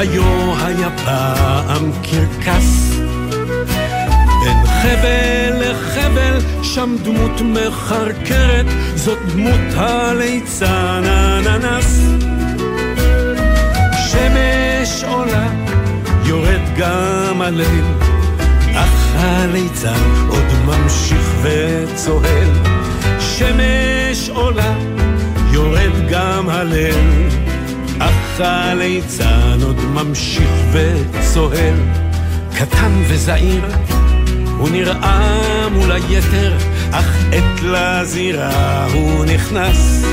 היו היה פעם קרקס בין חבל לחבל, שם דמות מחרקרת, זאת דמות הליצן אננס. שמש עולה, יורד גם הליל, אך הליצן עוד ממשיך וצוהל. שמש עולה, יורד גם הליל, אך הליצן עוד ממשיך וצוהל. קטן וזעיר, הוא נראה מול היתר, אך עת לזירה הוא נכנס.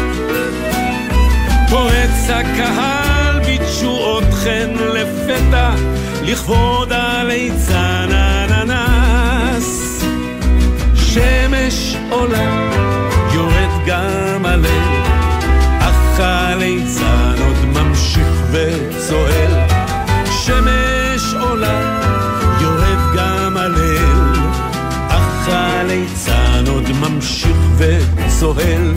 פורץ הקהל בתשואות חן לפתע, לכבוד הליצן אננס. שמש עולה, יורד גם הליל, אך הליצן עוד ממשיך וצוהל. שמש עולה, יורד גם הליל, אך הליצן עוד ממשיך וצוהל.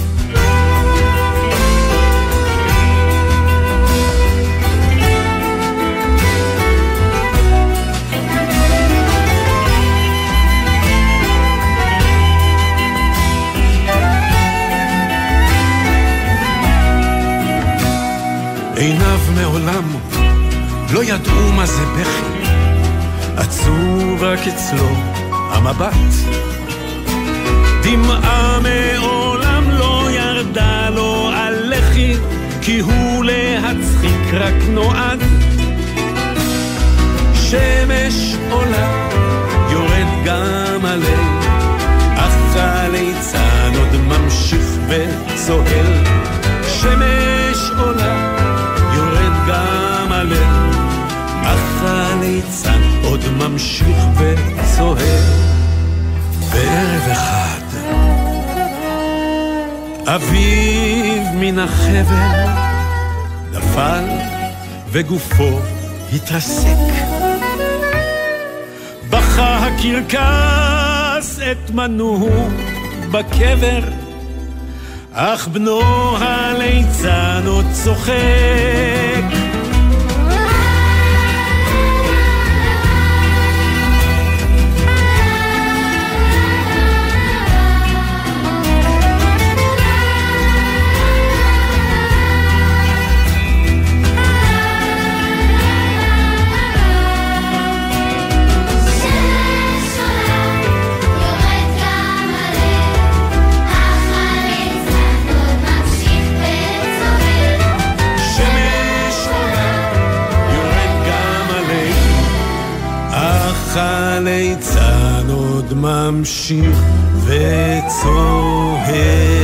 עיניו מעולם לא ידעו מה זה בכי, עצוב רק אצלו המבט. דמעה מעולם לא ירדה לו על לחי, כי הוא להצחיק רק נועד. שמש עולה, יורד גם הליל, אך הליצן עוד ממשיך וצוהל. שמש עולה, יורד גם הליל, אך הליצן עוד ממשיך וצוהל. בערב אחד אביב מן החבל נפל וגופו התרסק. בכה הקרקס את מנוהו בקבר, אך בנו הליצן עוד צוחק. הליצן עוד ממשיך וצוהל.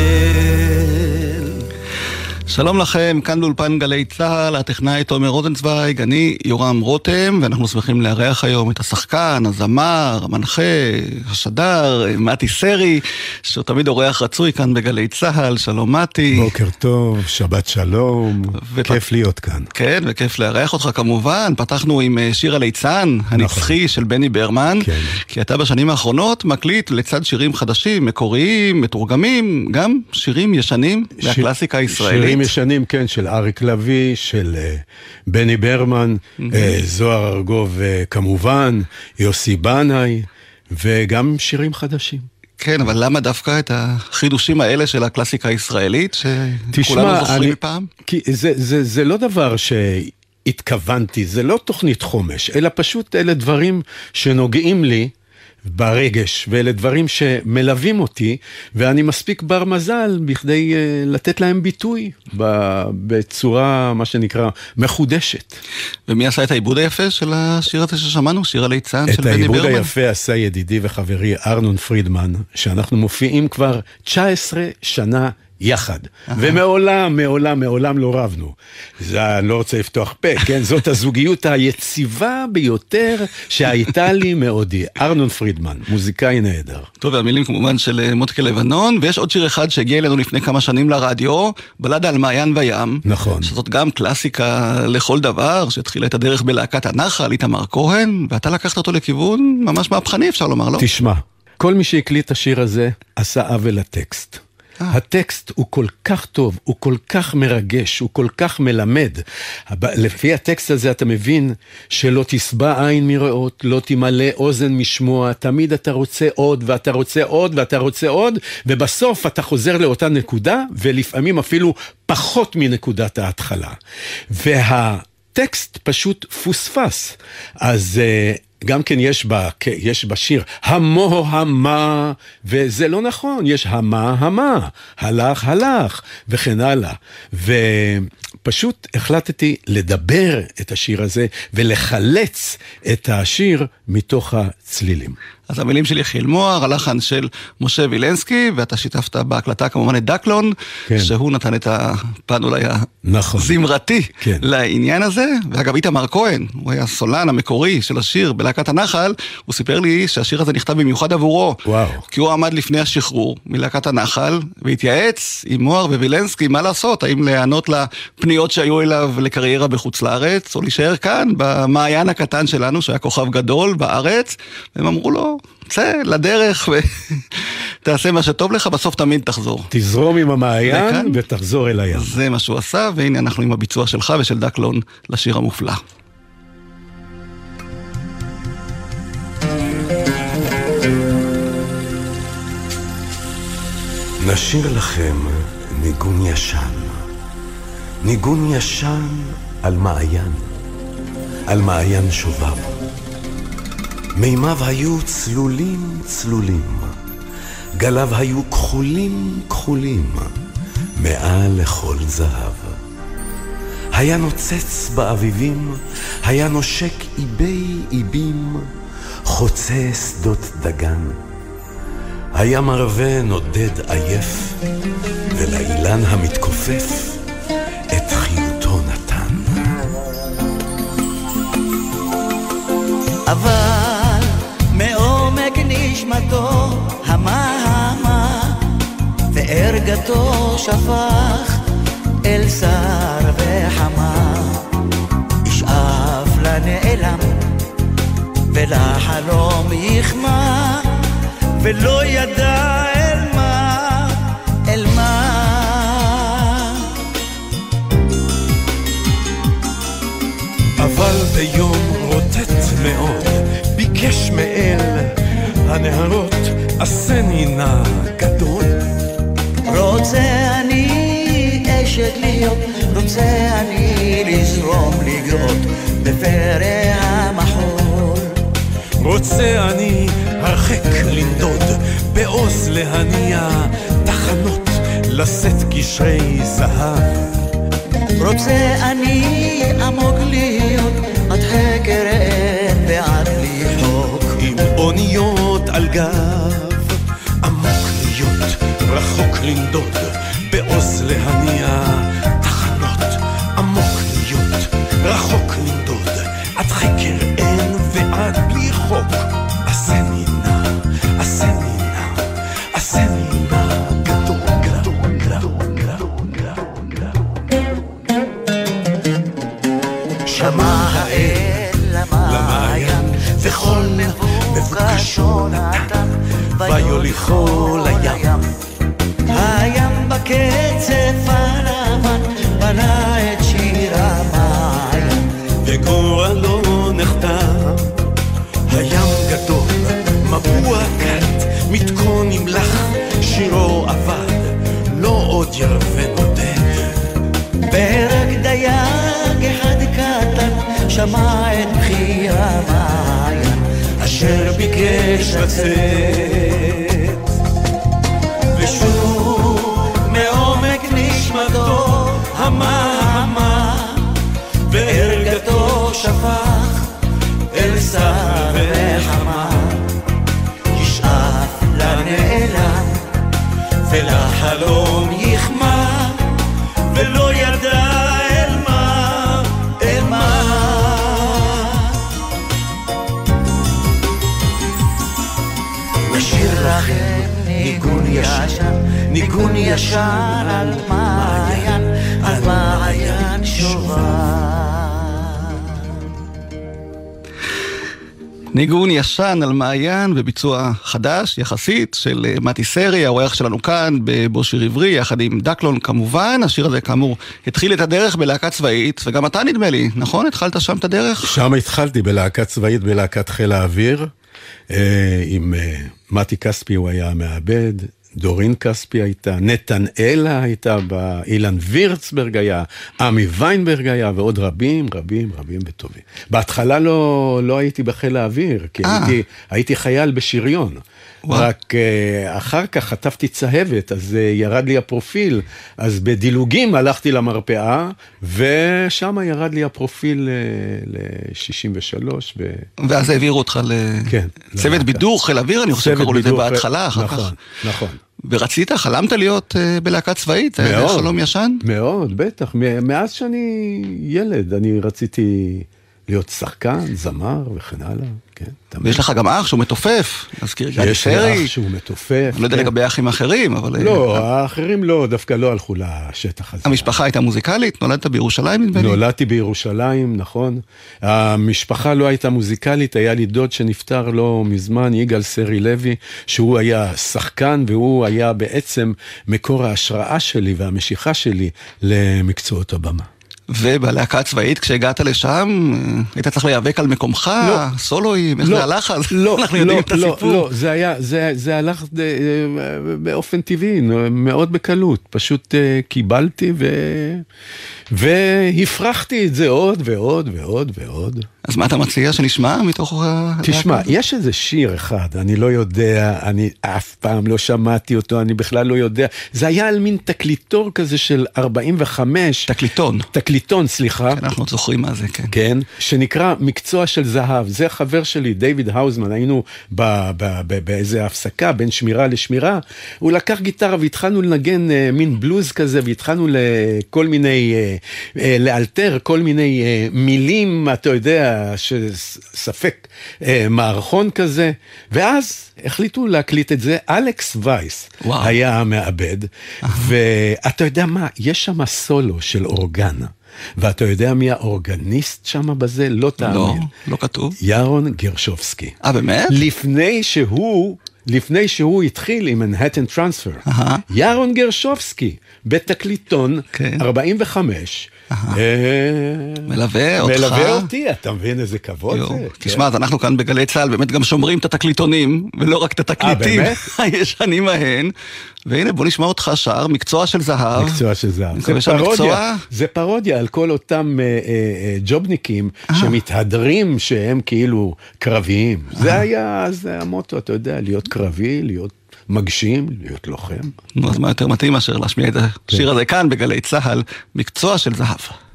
שלום לכם, כאן באולפן גלי צהל, הטכנאי תומר רוזנצוויג, אני יורם רותם, ואנחנו שמחים לארח היום את השחקן, הזמר, המנחה, השדר, מתי סרי, שהוא תמיד אורח רצוי כאן בגלי צהל. שלום מתי. בוקר טוב, שבת שלום, כיף להיות כאן. כן, וכיף לארח אותך כמובן. פתחנו עם שיר הליצן הנצחי של בני ברמן, כי אתה בשנים האחרונות מקליט לצד שירים חדשים, מקוריים, מתורגמים, גם שירים ישנים מהקלאסיקה הישראלית. שירים ישנים, כן, של אריק לוי, של בני ברמן, זוהר ארגוב כמובן, יוסי בנאי, וגם שירים חדשים. כן, אבל למה דווקא את החידושים האלה של הקלאסיקה הישראלית, שכולנו זוכרים מפעם? כי זה לא דבר שהתכוונתי, זה לא תוכנית חומש, אלא פשוט אלה דברים שנוגעים לי ברגש, ואלה דברים שמלווים אותי, ואני מספיק בר מזל בכדי לתת להם ביטוי בצורה, מה שנקרא, מחודשת. ומי עשה את העיבוד היפה של השיר הזה ששמענו, שיר הליצן של בני ברמן? את העיבוד היפה עשה ידידי וחברי ארנון פרידמן, שאנחנו מופיעים כבר 19 שנה יחד, ומעולם, מעולם לא רבנו. אני לא רוצה לפתוח פה, כן? זאת הזוגיות היציבה ביותר שהייתה לי מעודי. ארנון פרידמן, מוזיקאי נהדר. טוב, והמילים כמובן של מוטקה לבנון, ויש עוד שיר אחד שהגיע אלינו לפני כמה שנים לרדיו, בלדה על מעיין וים. נכון. שזאת גם קלאסיקה לכל דבר, שהתחילה את הדרך בלהקת הנחל, איתמר כהן, ואתה לקחת אותו לכיוון ממש מהפכני, אפשר לומר, לא? תשמע, כל מי שהקליט את השיר הזה עשה עוול לטקסט. הטקסט הוא כל כך טוב, הוא כל כך מרגש, הוא כל כך מלמד. לפי הטקסט הזה אתה מבין שלא תסבע עין מראות, לא תמלא אוזן משמוע, תמיד אתה רוצה עוד ואתה רוצה עוד ואתה רוצה עוד, ובסוף אתה חוזר לאותה נקודה, ולפעמים אפילו פחות מנקודת ההתחלה. והטקסט פשוט פוספס. אז גם כן יש בשיר המו המה, וזה לא נכון, יש המה, הלך, וכן הלאה. ופשוט החלטתי לדבר את השיר הזה, ולחלץ את השיר מתוך הצלילים. אז המילים של יחיאל מוהר, הלחן של משה וילנסקי, ואתה שיתפת בהקלטה כמובן את דקלון, כן. שהוא נתן את הפן אולי הזמרתי כן. לעניין הזה, ואגב איתמר כהן, הוא היה הסולן המקורי של השיר בלהקת הנחל, הוא סיפר לי שהשיר הזה נכתב במיוחד עבורו, וואו. כי הוא עמד לפני השחרור מלהקת הנחל, והתייעץ עם מוהר ווילנסקי מה לעשות, האם להיענות לפניות שהיו אליו לקריירה בחוץ לארץ, או להישאר כאן במעיין הקטן שלנו, שהיה כוכב גדול בארץ, והם אמרו לו, צא לדרך ותעשה מה שטוב לך, בסוף תמיד תחזור. תזרום עם המעיין וכאן, ותחזור אל הים. זה מה שהוא עשה, והנה אנחנו עם הביצוע שלך ושל דקלון לשיר המופלא. נשיר לכם ניגון ישן, ניגון ישן על מעיין שובב. מימיו היו צלולים, גליו היו כחולים, מעל לכל זהב. היה נוצץ באביבים, היה נושק איבים, חוצה שדות דגן. היה מרווה נודד עייף, ולאילן המתכופף את חיותו נתן. אבל מעומק נשמתו המה, וערגתו שפך אל שר וחמה. ישאף לנעלם ולחלום יחמה, ולא ידע אל מה. אבל ביום רוטט מאוד ביקש מאל הנהרות, עשני נא גדול. רוצה אני אשת להיות, רוצה אני לזרום לגאות בפרא המחול. רוצה אני הרחק לנדוד, בעוז להניע תחנות, לשאת גשרי זהב. רוצה אני עמוק להיות, עד חקר אין ועד לחוק. עם אוניות על גב, עמוק להיות, רחוק לנדוד, בעוז להניע תחנות. עמוק להיות, רחוק לנדוד, עד חקר אין ועד בלי חוק. עשני נא, עשני נא, עשני נא גדול. שמע האל למעיין, וכל מבוקשו נתן, ויוליכו לים. הים בקצף הלבן בנה את שיר המעיין, וגורלו נחתם. הים גדול, מבוע קט, מתכון נמלח, שירו עבד, לא עוד ירווה נודד. ברק דייג אחד קטן שמע את בכי המעיין, אשר ביקש לצאת. ושוב מעומק נשמתו המה, בערגתו שפך אל שר וחמה. ישאף לנעלם ולחלום יחמה, ולא ידע אל מה. נשיר לכם ניגון ישן על מעיין שובב. ניגון ישן על מעיין בביצוע חדש יחסית של מתי סרי, האורח שלנו כאן בבושיר עברי, יחד עם דקלון כמובן. השיר הזה כאמור התחיל את הדרך בלהקה צבאית, וגם אתה נדמה לי, נכון? התחלת שם את הדרך? שם התחלתי בלהקה צבאית, בלהקת חיל האוויר, עם מתי כספי הוא היה המעבד, דורין כספי הייתה, נתנאלה הייתה, אילן וירצברג היה, עמי ויינברג היה, ועוד רבים וטובים. בהתחלה לא הייתי בחיל האוויר, כי הייתי חייל בשריון. רק אחר כך חטפתי צהבת, אז ירד לי הפרופיל, אז בדילוגים הלכתי למרפאה, ושם ירד לי הפרופיל ל-63. ואז העבירו אותך לצוות בידור חיל האוויר, אני חושב קראו לזה בהתחלה, אחר כך. נכון. ורצית, חלמת להיות בלהקה צבאית? מאוד. חלום ישן? מאוד, בטח. מאז שאני ילד, אני רציתי להיות שחקן, זמר וכן הלאה. ויש לך גם אח שהוא מתופף, נזכיר גדי פרי. יש לי אח שהוא מתופף. אני לא יודע לגבי אחים אחרים, אבל... לא, האחרים לא, דווקא לא הלכו לשטח הזה. המשפחה הייתה מוזיקלית? נולדת בירושלים, נדמה לי? נולדתי בירושלים, נכון. המשפחה לא הייתה מוזיקלית, היה לי דוד שנפטר לא מזמן, יגאל סרי לוי, שהוא היה שחקן, והוא היה בעצם מקור ההשראה שלי והמשיכה שלי למקצועות הבמה. ובלהקה הצבאית, כשהגעת לשם, היית צריך להיאבק על מקומך, סולואים, איך זה הלך אז? אנחנו יודעים את הסיפור. לא, זה הלך באופן טבעי, מאוד בקלות. פשוט קיבלתי והפרחתי את זה עוד ועוד. אז מה אתה מציע שנשמע מתוך... תשמע, יש איזה שיר אחד, אני לא יודע, אני אף פעם לא שמעתי אותו, אני בכלל לא יודע. זה היה על מין תקליטור כזה של 45. תקליטון, סליחה. אנחנו זוכרים מה זה, כן. כן, שנקרא מקצוע של זהב. זה חבר שלי, דיוויד האוזמן, היינו באיזה הפסקה בין שמירה לשמירה. הוא לקח גיטרה והתחלנו לנגן מין בלוז כזה, והתחלנו לכל מיני, לאלתר כל מיני מילים, אתה יודע, שספק מערכון כזה, ואז החליטו להקליט את זה. אלכס וייס היה המעבד, ואתה יודע מה, יש שם סולו של אורגן, ואתה מי האורגניסט שם בזה? לא תאמין. לא כתוב. ירון גרשובסקי. באמת? לפני שהוא התחיל עם מנהטן טרנספר, ירון גרשובסקי, בתקליטון 45, מלווה אותי, אתה מבין איזה כבוד זה? תשמע, אז אנחנו כאן בגלי צהל באמת גם שומרים את התקליטונים, ולא רק את התקליטים הישנים ההן, והנה בוא נשמע אותך שר, מקצוע של זהב. מקצוע של זהב. זה פרודיה על כל אותם ג'ובניקים שמתהדרים שהם כאילו קרביים. זה היה המוטו, אתה יודע, להיות קרבי, להיות מגשים, להיות לוחם. אז מה יותר מתאים מאשר להשמיע את השיר הזה כאן בגלי צהל, מקצוע של זהב.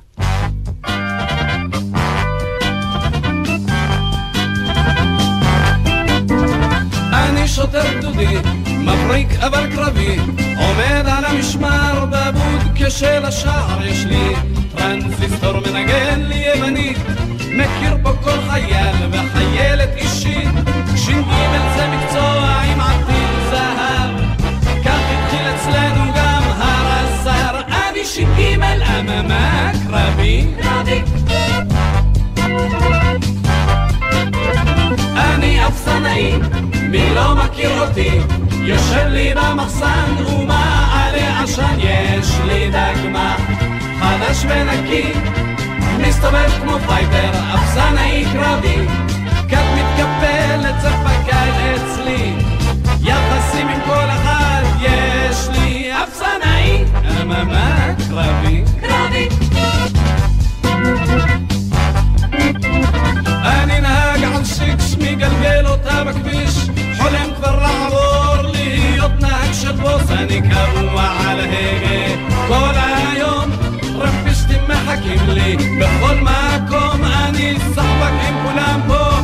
אני שוטר גדודי, מבריק אבל קרבי, עומד על המשמר בבוד כשל השער. יש לי טרנזיסטור מנגן לי יוונית, מכיר פה כל חייל וחיילת אישית. ש"ג זה מקצוע עם עתיד זהב, כך התחיל אצלנו גם הרזר. אני ש"ג אממה קרבי, אני אפסנאי, מי לא מכיר אותי, יושב לי במחסן ומעלה עשן. יש לי דגמה חדש ונקי, מסתובב כמו פייטר, אפסנאי קרבי, כת מתקפלת צפקאי אצלי, יחסים עם כל אחד יש לי. אפסנאי אממה קרבי, אני נהג על שיקס, מגלגל אותה בכביש, חולם כבר לעבור להיות נהג של בוס. אני קבוע על הגה כל היום, רפיסטים מחכים לי בכל מקום, אני סחבק עם כולם פה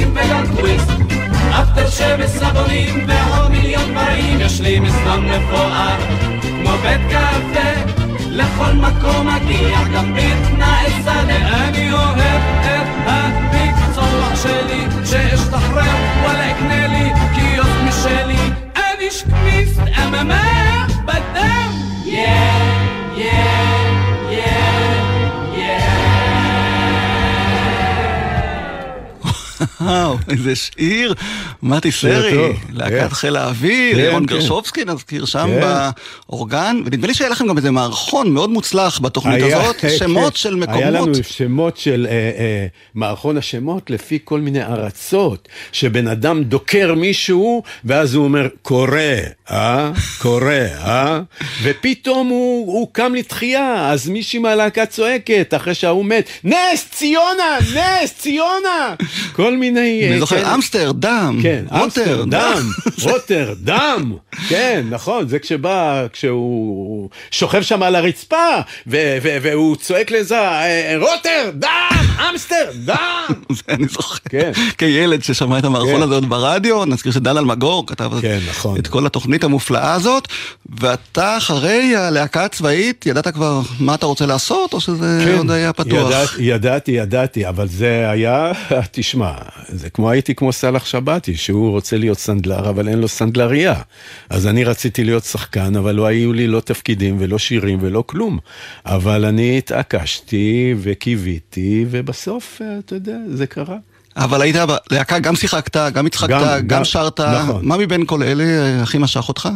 סמים וגם טוויסט, אפטר שבסבונים ועוד מיליון דברים. יש לי מזנון מפואר כמו בית קפה, לכל מקום מגיע גם בתנאי שדה. אני אוהב את המקצוע שלי, שאשתחרר וואלה אקנה לי קיוסק משלי. אני שקמיסט MMA בדם. Yeah, yeah, yeah, yeah. איזה שיר, מתי סרי, להקת חיל האוויר, ירון גרשובסקי נזכיר שם באורגן, ונדמה לי שהיה לכם גם איזה מערכון מאוד מוצלח בתוכנית הזאת, שמות של מקומות. היה לנו שמות של מערכון השמות לפי כל מיני ארצות, שבן אדם דוקר מישהו, ואז הוא אומר, קורא, ופתאום הוא קם לתחייה, אז מישהי מהלהקה צועקת, אחרי שהוא מת, נס ציונה, כל מיני... אני זוכר, אמסטרדם, רוטרדם, כן, נכון, זה כשהוא שוכב שם על הרצפה, והוא צועק לזה, רוטרדם, אמסטרדם. זה אני זוכר, כילד ששמע את המערכון הזה עוד ברדיו, נזכיר שדן אלמגור כתב את כל התוכנית המופלאה הזאת, ואתה אחרי הלהקה הצבאית, ידעת כבר מה אתה רוצה לעשות, או שזה עוד היה פתוח? ידעתי, אבל זה היה, תשמע, זה הייתי כמו סלח שבתי, שהוא רוצה להיות סנדלר, אבל אין לו סנדלריה. אז אני רציתי להיות שחקן, אבל לא היו לי לא תפקידים ולא שירים ולא כלום. אבל אני התעקשתי וקיוויתי, ובסוף, אתה יודע, זה קרה. אבל היית בלהקה, גם שיחקת, גם הצחקת, גם שרת. נכון. מה מבין כל אלה הכי משך אותך?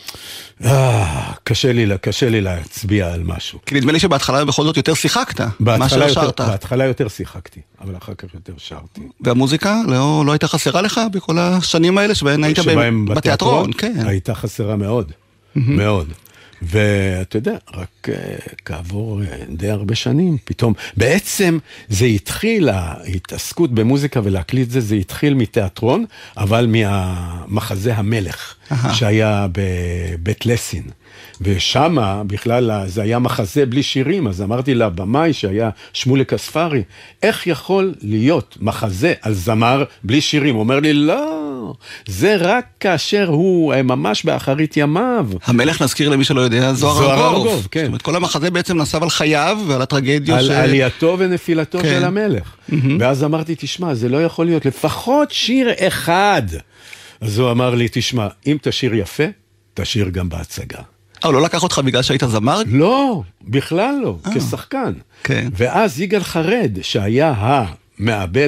קשה לי להצביע על משהו. כי נדמה לי שבהתחלה בכל זאת יותר שיחקת, מה ששרת. בהתחלה יותר שיחקתי, אבל אחר כך יותר שרתי. והמוזיקה לא הייתה חסרה לך בכל השנים האלה שבהן היית בתיאטרון? הייתה חסרה מאוד, מאוד. ואתה יודע, רק כעבור די הרבה שנים, פתאום, בעצם זה התחיל, ההתעסקות במוזיקה ולהקליט זה התחיל מתיאטרון, אבל מהמחזה המלך, שהיה בבית לסין. ושמה בכלל זה היה מחזה בלי שירים, אז אמרתי לבמאי שהיה שמולק אספרי, איך יכול להיות מחזה על זמר בלי שירים? הוא אומר לי, לא, זה רק כאשר הוא ממש באחרית ימיו. המלך, נזכיר למי שלא יודע, זוהר ארגוב, כן. זאת אומרת, כל המחזה בעצם נסב על חייו ועל הטרגדיות על עלייתו ונפילתו של המלך. ואז אמרתי, תשמע, זה לא יכול להיות, לפחות שיר אחד. אז הוא אמר לי, תשמע, אם תשיר יפה, תשיר גם בהצגה. לא לקח אותך בגלל שהיית זמר? לא, בכלל לא, כשחקן. כן. ואז יגאל חרד, שהיה המעבד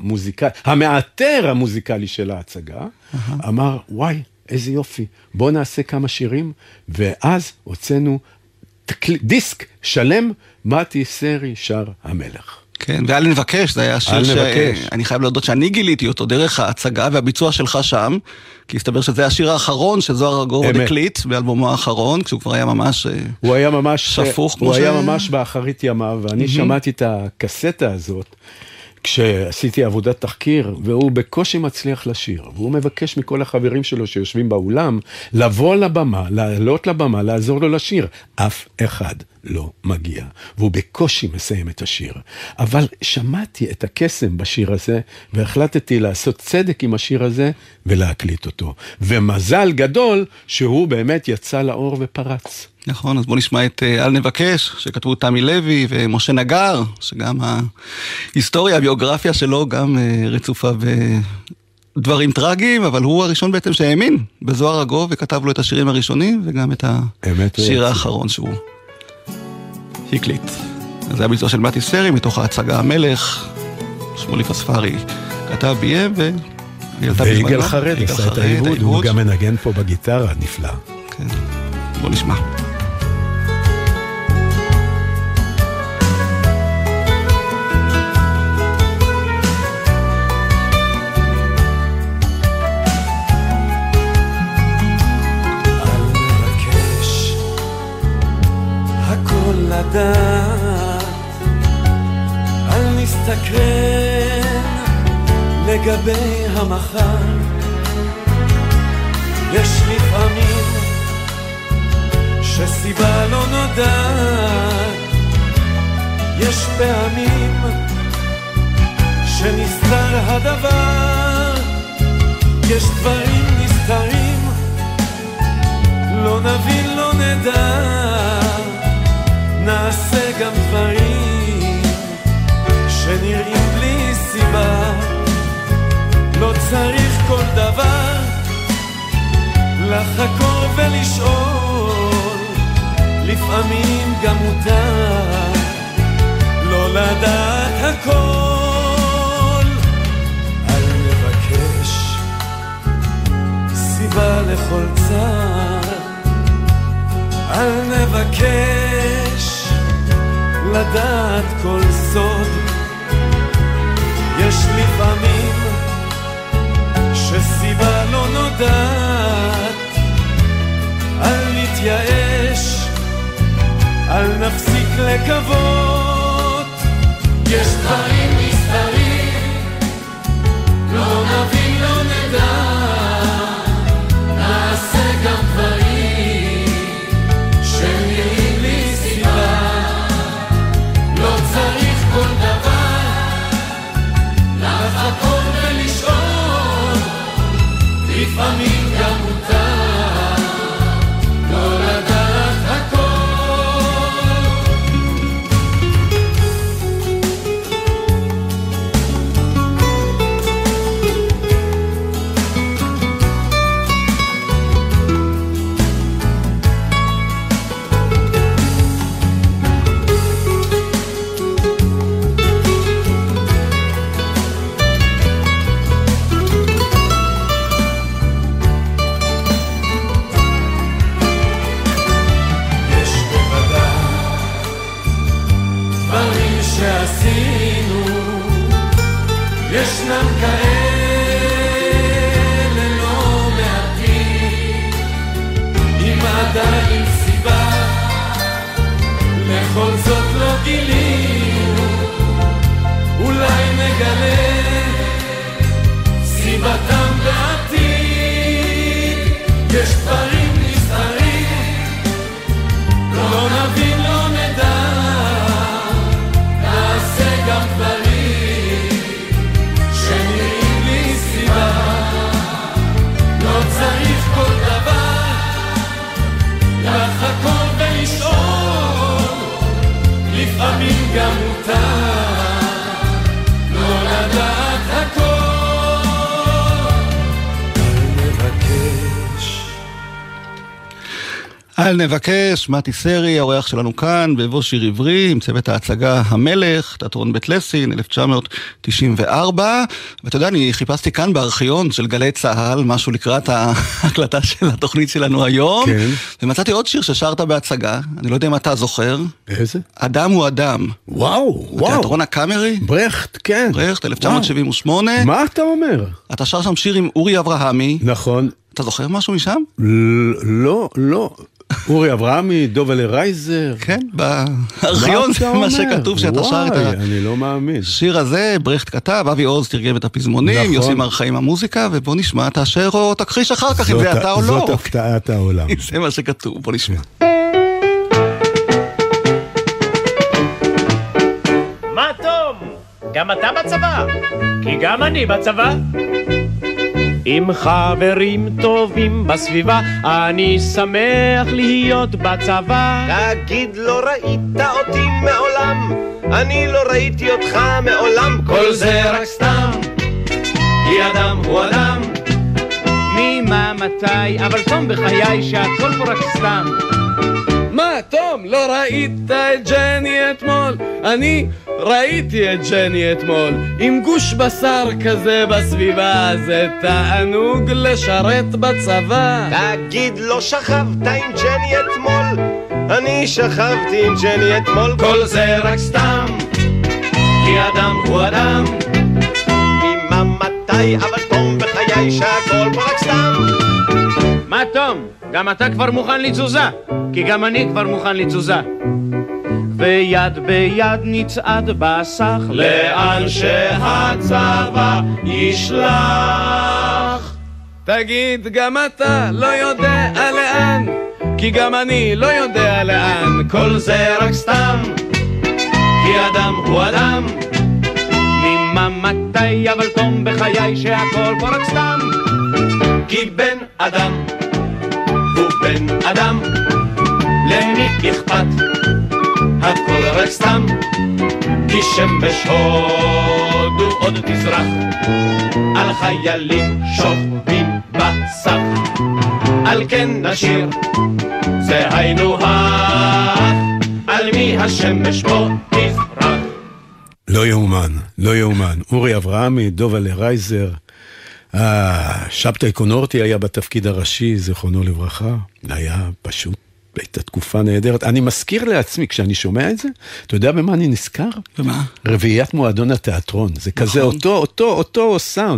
המאתר המוזיקלי של ההצגה, אמר, וואי, איזה יופי, בוא נעשה כמה שירים, ואז הוצאנו דיסק שלם, מתי סרי שר המלך. כן, ואל נבקש, זה היה שיר שאני חייב להודות שאני גיליתי אותו דרך ההצגה והביצוע שלך שם, כי הסתבר שזה השיר האחרון שזוהר ארגוב עוד הקליט באלבומו האחרון, כשהוא כבר היה ממש שפוך. הוא היה ממש באחרית ימיו, ואני שמעתי את הקסטה הזאת, כשעשיתי עבודת תחקיר, והוא בקושי מצליח לשיר, והוא מבקש מכל החברים שלו שיושבים באולם, לבוא לבמה, לעלות לבמה, לעזור לו לשיר. אף אחד לא מגיע, והוא בקושי מסיים את השיר. אבל שמעתי את הקסם בשיר הזה, והחלטתי לעשות צדק עם השיר הזה, ולהקליט אותו. ומזל גדול שהוא באמת יצא לאור ופרץ. נכון, אז בוא נשמע את אל נבקש, שכתבו תמי לוי ומשה נגר, שגם ההיסטוריה, הביוגרפיה שלו גם רצופה בדברים טרגיים, אבל הוא הראשון בעצם שהאמין בזוהר ארגוב, וכתב לו את השירים הראשונים, וגם את השיר האחרון שהוא הקליט. אז זה הביצוע של מתי סרי, מתוך ההצגה המלך, שמוליק אספרי כתב ביים, ויגאל חרד עשה את העיבוד, הוא גם מנגן פה בגיטרה, נפלא. כן, בוא נשמע. אל נסתכרן לגבי המחר, יש לפעמים שסיבה לא נודעת, יש פעמים שנסתר הדבר, יש דברים נסתרים, לא נבין, לא נדע, נעשה גם דברים שנראים בלי סיבה, לא צריך כל דבר לחקור ולשאול, לפעמים גם מותר לא לדעת הכל. אל נבקש סיבה לכל צער, אל נבקש לדעת כל סוד, יש לפעמים שסיבה לא נודעת, אל נתייאש, אל נפסיק לקוות, יש דברים נסתרים, לא נבין, לא נדע, נעשה גם דברים שנראים בלי סיבה, לא צריך כל דבר לחקור ולשאול, לפעמים גם מותר לא לדעת הכל. ישנם כאלה לא מעטים, אם עדיין סיבה לכל זאת לא גילינו, אולי נגלה סיבתם בעתיד, יש דברים נסתרים, לא נבין, לא נדע, נעשה גם דברים שנראים בלי סיבה, לא צריך כל דבר לחקור ולשאול, לפעמים גם מותר לא לדעת הכל. אל נבקש, מתי סרי, האורח שלנו כאן, בבוא שיר עברי, עם צוות ההצגה המלך, תיאטרון בית לסין, 1994. ואתה יודע, אני חיפשתי כאן בארכיון של גלי צהל, משהו לקראת ההקלטה של התוכנית שלנו היום, כן. ומצאתי עוד שיר ששרת בהצגה, אני לא יודע אם אתה זוכר. איזה? אדם הוא אדם. וואו, וואו. התיאטרון הקאמרי. ברכט, כן. ברכט, 1978. מה אתה אומר? אתה שר שם שיר עם אורי אברהמי. נכון. אתה זוכר משהו משם? לא, לא. אורי אברהמי, דובלה רייזר. כן, בארכיון זה מה שכתוב שאתה שר את אני לא מאמין. השיר הזה, ברכט כתב, אבי עוז תרגם את הפזמונים, יוסי מרחאים המוזיקה, ובוא נשמע את השיר או תכחיש אחר כך אם זה אתה או לא. זאת הפתעת העולם. זה מה שכתוב, בוא נשמע. מה תום? גם אתה בצבא? כי גם אני בצבא. עם חברים טובים בסביבה, אני שמח להיות בצבא. תגיד, לא ראית אותי מעולם? אני לא ראיתי אותך מעולם. כל זה רק סתם, כי אדם הוא אדם. ממה מתי, אבל תום בחיי שהכל פה רק סתם. מה, תום, לא ראית את ג'ני אתמול? אני ראיתי את ג'ני אתמול, עם גוש בשר כזה בסביבה, זה תענוג לשרת בצבא. תגיד, לא שכבת עם ג'ני אתמול? אני שכבתי עם ג'ני אתמול. כל זה רק סתם, כי אדם הוא אדם. ממה מתי, אבל תום בחיי שהכל פה רק סתם. מה תום? גם אתה כבר מוכן לתזוזה? כי גם אני כבר מוכן לתזוזה. ויד ביד נצעד בסך לאן שהצבא ישלח. תגיד, גם אתה לא יודע לאן? כי גם אני לא יודע לאן. כל זה רק סתם, כי אדם הוא אדם. ממה מתי, אבל תום בחיי שהכל פה רק סתם. כי בן אדם הוא בן אדם, למי אכפת? הכל רק סתם. כי שמש הודו עוד תזרח, על חיילים שוכבים בסף. על כן נשיר, זה היינו הך, על מי השמש פה תזרח. לא יאומן, לא יאומן. אורי אברהמי, דובלה רייזר, שבתאי קונורטי היה בתפקיד הראשי, זכרונו לברכה. היה פשוט, הייתה תקופה נהדרת. אני מזכיר לעצמי, כשאני שומע את זה, אתה יודע במה אני נזכר? במה? רביעיית מועדון התיאטרון. זה כזה אותו סאונד.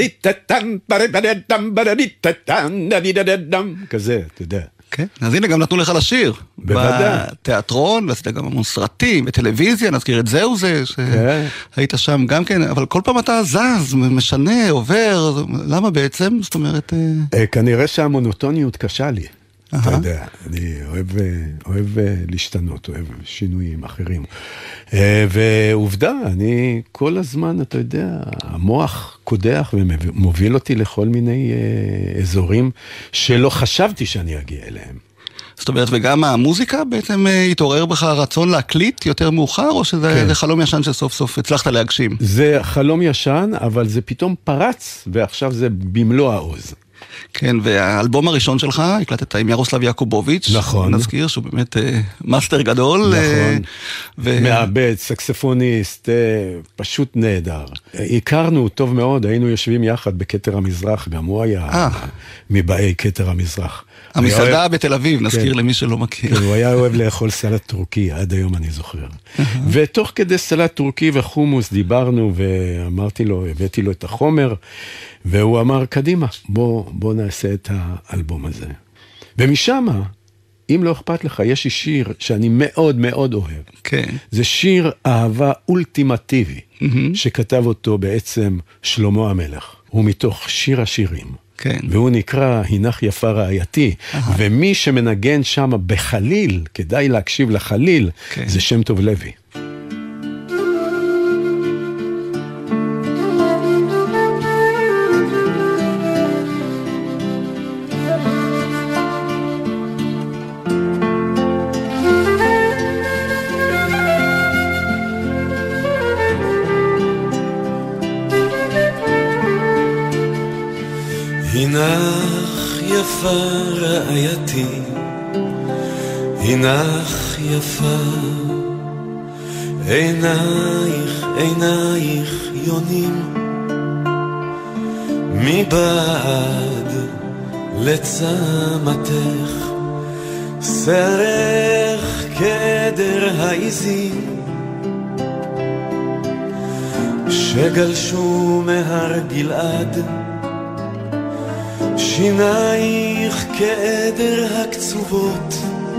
כזה, אתה יודע. כן, אז הנה גם נתנו לך לשיר. בוודאי. בתיאטרון, ועשית גם המון סרטים, בטלוויזיה, נזכיר את זהו זה, שהיית שם גם כן, אבל כל פעם אתה זז, משנה, עובר, למה בעצם? זאת אומרת... כנראה שהמונוטוניות קשה לי. אתה יודע, אני אוהב להשתנות, אוהב שינויים אחרים. ועובדה, אני כל הזמן, אתה יודע, המוח קודח ומוביל אותי לכל מיני אזורים שלא חשבתי שאני אגיע אליהם. זאת אומרת, וגם המוזיקה בעצם התעורר בך רצון להקליט יותר מאוחר, או שזה חלום ישן שסוף סוף הצלחת להגשים? זה חלום ישן, אבל זה פתאום פרץ, ועכשיו זה במלוא העוז. כן, והאלבום הראשון שלך, הקלטת עם ירוסלב יעקובוביץ'. נכון. נזכיר שהוא באמת מאסטר גדול. נכון. מעבד, סקספוניסט, פשוט נהדר. הכרנו טוב מאוד, היינו יושבים יחד בכתר המזרח, גם הוא היה מבאי כתר המזרח. המסעדה בתל אביב, נזכיר למי שלא מכיר. כן, הוא היה אוהב לאכול סלט טורקי, עד היום אני זוכר. ותוך כדי סלט טורקי וחומוס דיברנו, ואמרתי לו, הבאתי לו את החומר, והוא אמר, קדימה, בוא נעשה את האלבום הזה. ומשם, אם לא אכפת לך, יש לי שיר שאני מאוד מאוד אוהב. כן. זה שיר אהבה אולטימטיבי, שכתב אותו בעצם שלמה המלך. הוא מתוך שיר השירים. כן. והוא נקרא הינך יפה רעייתי, ומי שמנגן שם בחליל, כדאי להקשיב לחליל, כן. זה שם טוב לוי. הינך יפה רעייתי, הינך יפה, עינייך יונים, מבעד לצמתך, שערך כדר העיזים, שגלשו מהר גלעד, שינייך כעדר הקצובות,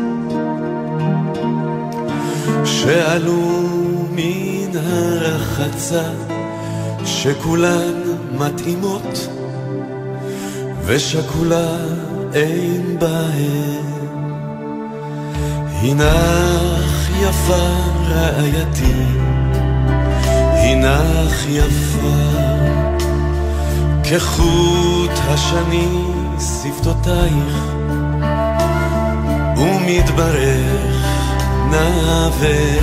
שעלו מן הרחצה, שכולן מתאימות, ושכולה אין בהן. הינך יפה רעייתי, הינך יפה, כחוט השני שפתותייך, ומתברך נעבר,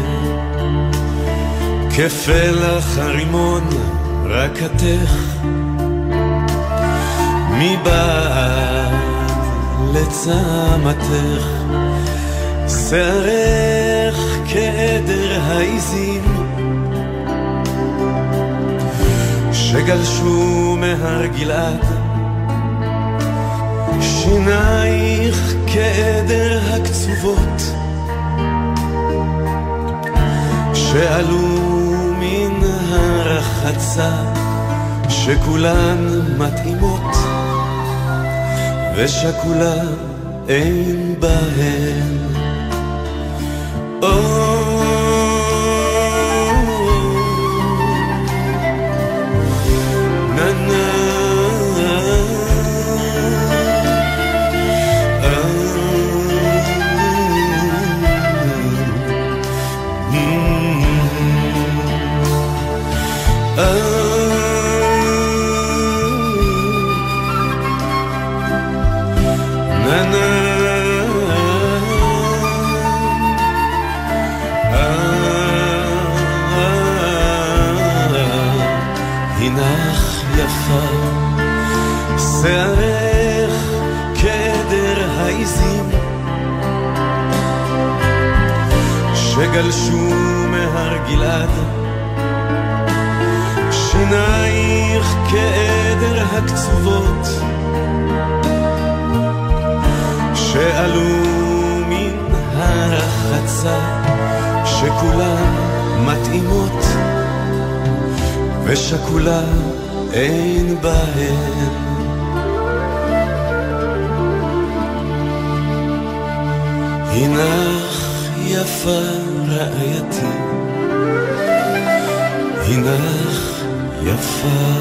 כפלח הרימון רקתך, מבעד לצמתך, שערך כעדר העיזים, שגלשו מהר גלעד, שינייך כעדר הקצובות, שעלו מן הרחצה, שכולן מתאימות, ושכולה אין בהן. שגלשו מהר גלעד, שינייך כעדר הקצובות שעלו מן הרחצה, שכולן מתאימות ושכולה אין בהן. הינך יפה רעייתי, הינך יפה.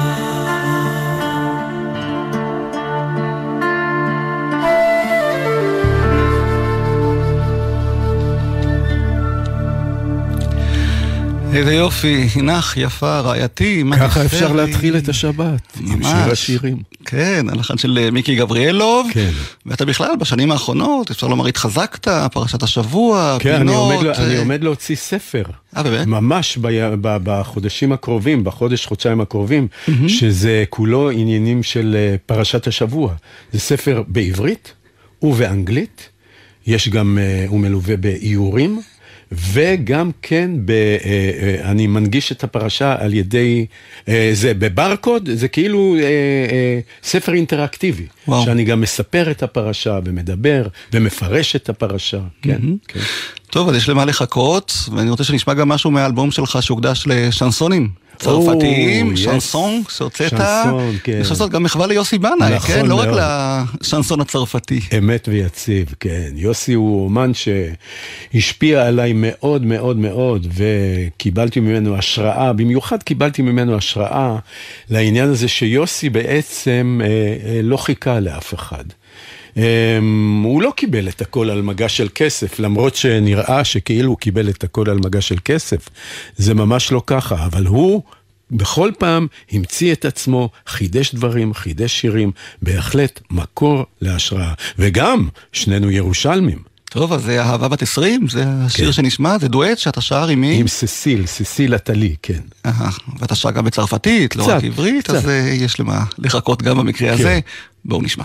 איזה יופי, הינך יפה רעייתי. ככה אפשר להתחיל את השבת, עם שיר השירים. כן, הלחן של מיקי גבריאלוב. כן. ואתה בכלל בשנים האחרונות, אפשר לומר, התחזקת, פרשת השבוע, כן, פינות. אני עומד להוציא ספר. באמת? ממש בחודשים הקרובים, חודשיים הקרובים, שזה כולו עניינים של פרשת השבוע. זה ספר בעברית ובאנגלית, יש גם, הוא מלווה באיורים, וגם כן, אני מנגיש את הפרשה על ידי, זה בברקוד, זה כאילו ספר אינטראקטיבי, שאני גם מספר את הפרשה ומדבר ומפרש את הפרשה, כן, כן. טוב, אז יש למה לחכות, ואני רוצה שנשמע גם משהו מהאלבום שלך שהוקדש לשנסונים צרפתיים, שנסון, שהוצאת, ושנסון גם מחווה ליוסי בנאי, כן? לא רק לשנסון הצרפתי. אמת ויציב, כן. יוסי הוא אומן שהשפיע עליי מאוד מאוד מאוד, וקיבלתי ממנו השראה, במיוחד קיבלתי ממנו השראה לעניין הזה שיוסי בעצם לא חיכה לאף אחד. הוא לא קיבל את הכל על מגע של כסף, למרות שנראה שכאילו הוא קיבל את הכל על מגע של כסף. זה ממש לא ככה, אבל הוא בכל פעם המציא את עצמו, חידש דברים, חידש שירים, בהחלט מקור להשראה. וגם שנינו ירושלמים. טוב, אז זה אהבה בת 20, זה השיר שנשמע, זה דואט שאתה שר עם מי? עם ססיל עטלי, כן. ואתה שר גם בצרפתית, לא רק עברית, אז יש למה לחכות גם במקרה הזה. בואו נשמע.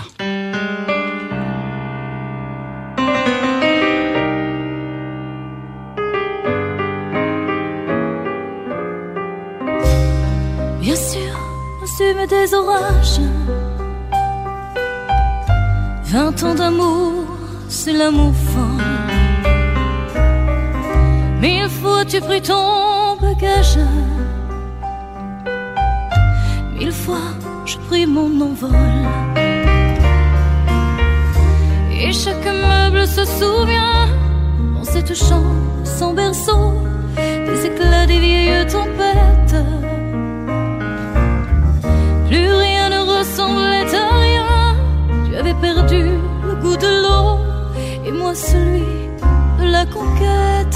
Bien sûr, assume des orages. 20 ans d'amour, c'est l'amour folle. 1000 fois tu pris ton bagage. 1000 fois je pris mon envol. Et chaque meuble se souvient, dans cette chambre sans berceau, des éclats des vieilles tempêtes. Plus rien ne ressemblait à rien. Tu avais perdu le goût de l'eau et moi celui de la conquête.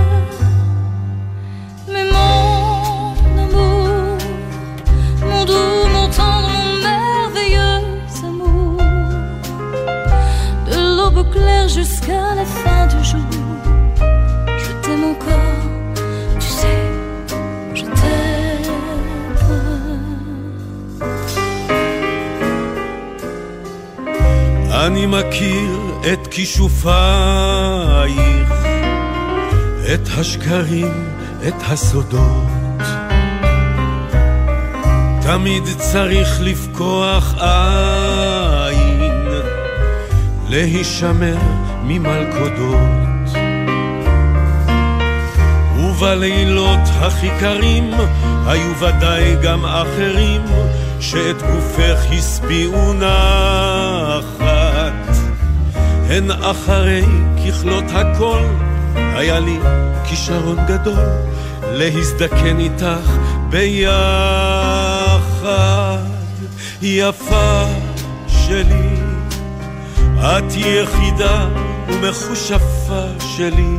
Mais mon amour, mon doux, mon tendre, mon merveilleux amour, de l'aube claire jusqu'à la fin du jour, je t'aime encore, tu sais, je t'aime. אני מכיר את כישופייך, את השקרים, את הסודות. תמיד צריך לפקוח עין, להישמר ממלכודות. ובלילות הכי קרים היו ודאי גם אחרים שאת גופך הספיעו נחת. הן אחרי ככלות הכל היה לי כישרון גדול להזדקן איתך ביחד. יפה שלי, את יחידה ומחושפה שלי,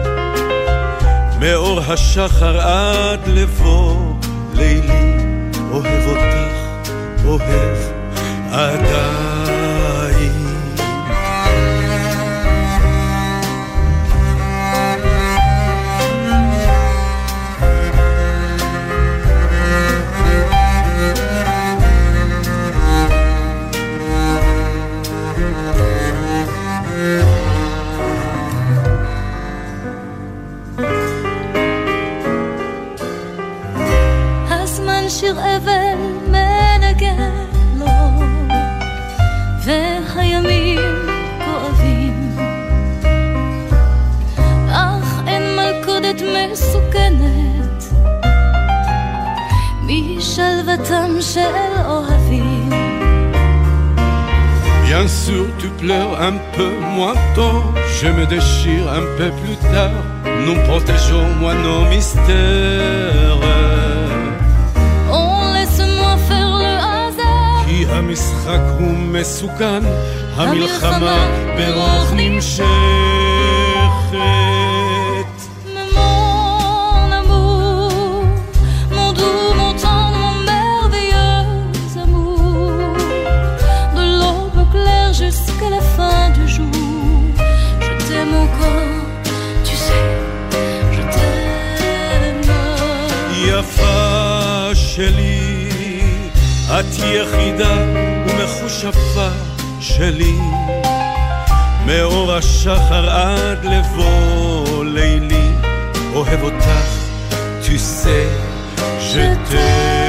מאור השחר עד לבוא לילי, אוהב אותך, אוהב עדיין. של אוהבים. Bien sûr tu pleures un peu moins tôt, je me déchire un peu plus tard, nous protégeons moi nos mystères. On laisse-moi faire le hasard, כי המשחק הוא מסוכן, המלחמה ברוך נמשכת. mon amour, mon doux, mon tendre, mon merveilleux amour, de l'aube claire jusqu'à la fin du jour, je t'aime encore, tu sais, je t'aime. יפה שלי, את יחידה ומחושפה שלי, מאור השחר עד לבוא לילי, אוהב אותך, tu sais, je t'aime.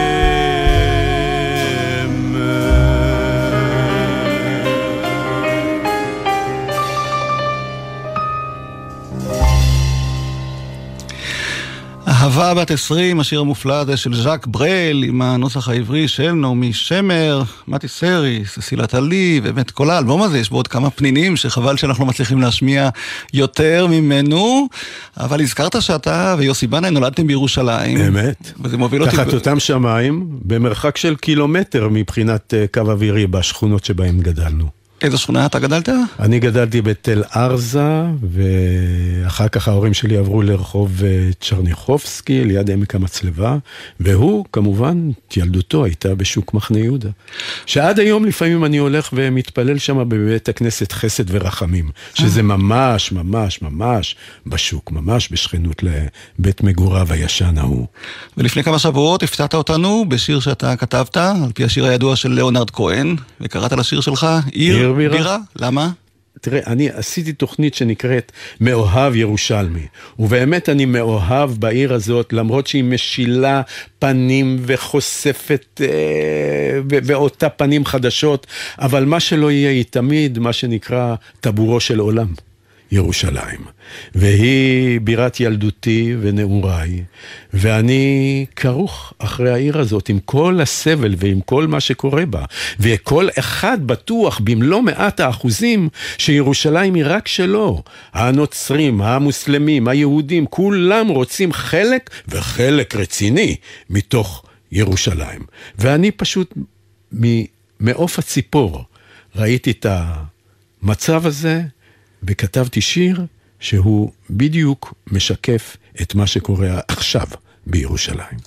אהבה בת 20, השיר המופלא הזה של ז'אק ברל, עם הנוסח העברי של נעמי שמר, מתי סרי, ססילה טלי, באמת כל האלבום הזה, יש בו עוד כמה פנינים שחבל שאנחנו מצליחים להשמיע יותר ממנו, אבל הזכרת שאתה ויוסי בנאי נולדתם בירושלים. באמת. וזה מוביל אותי... תחת אותם שמיים, במרחק של קילומטר מבחינת קו אווירי בשכונות שבהם גדלנו. איזו שכונה אתה גדלת? אני גדלתי בתל ארזה, ואחר כך ההורים שלי עברו לרחוב צ'רניחובסקי, ליד עמק המצלבה, והוא, כמובן, ילדותו הייתה בשוק מחנה יהודה. שעד היום לפעמים אני הולך ומתפלל שם בבית הכנסת חסד ורחמים, שזה ממש, ממש, ממש בשוק, ממש בשכנות לבית מגוריו הישן ההוא. ולפני כמה שבועות הפתעת אותנו בשיר שאתה כתבת, על פי השיר הידוע של ליאונרד כהן, וקראת לשיר שלך עיר בירה. למה? תראה, אני עשיתי תוכנית שנקראת מאוהב ירושלמי, ובאמת אני מאוהב בעיר הזאת, למרות שהיא משילה פנים וחושפת ואותה פנים חדשות, אבל מה שלא יהיה היא תמיד מה שנקרא טבורו של עולם. ירושלים, והיא בירת ילדותי ונעוריי, ואני כרוך אחרי העיר הזאת עם כל הסבל ועם כל מה שקורה בה, וכל אחד בטוח במלוא מעט האחוזים שירושלים היא רק שלו. הנוצרים, המוסלמים, היהודים, כולם רוצים חלק וחלק רציני מתוך ירושלים. ואני פשוט מעוף הציפור ראיתי את המצב הזה, וכתבתי שיר שהוא בדיוק משקף את מה שקורה עכשיו בירושלים.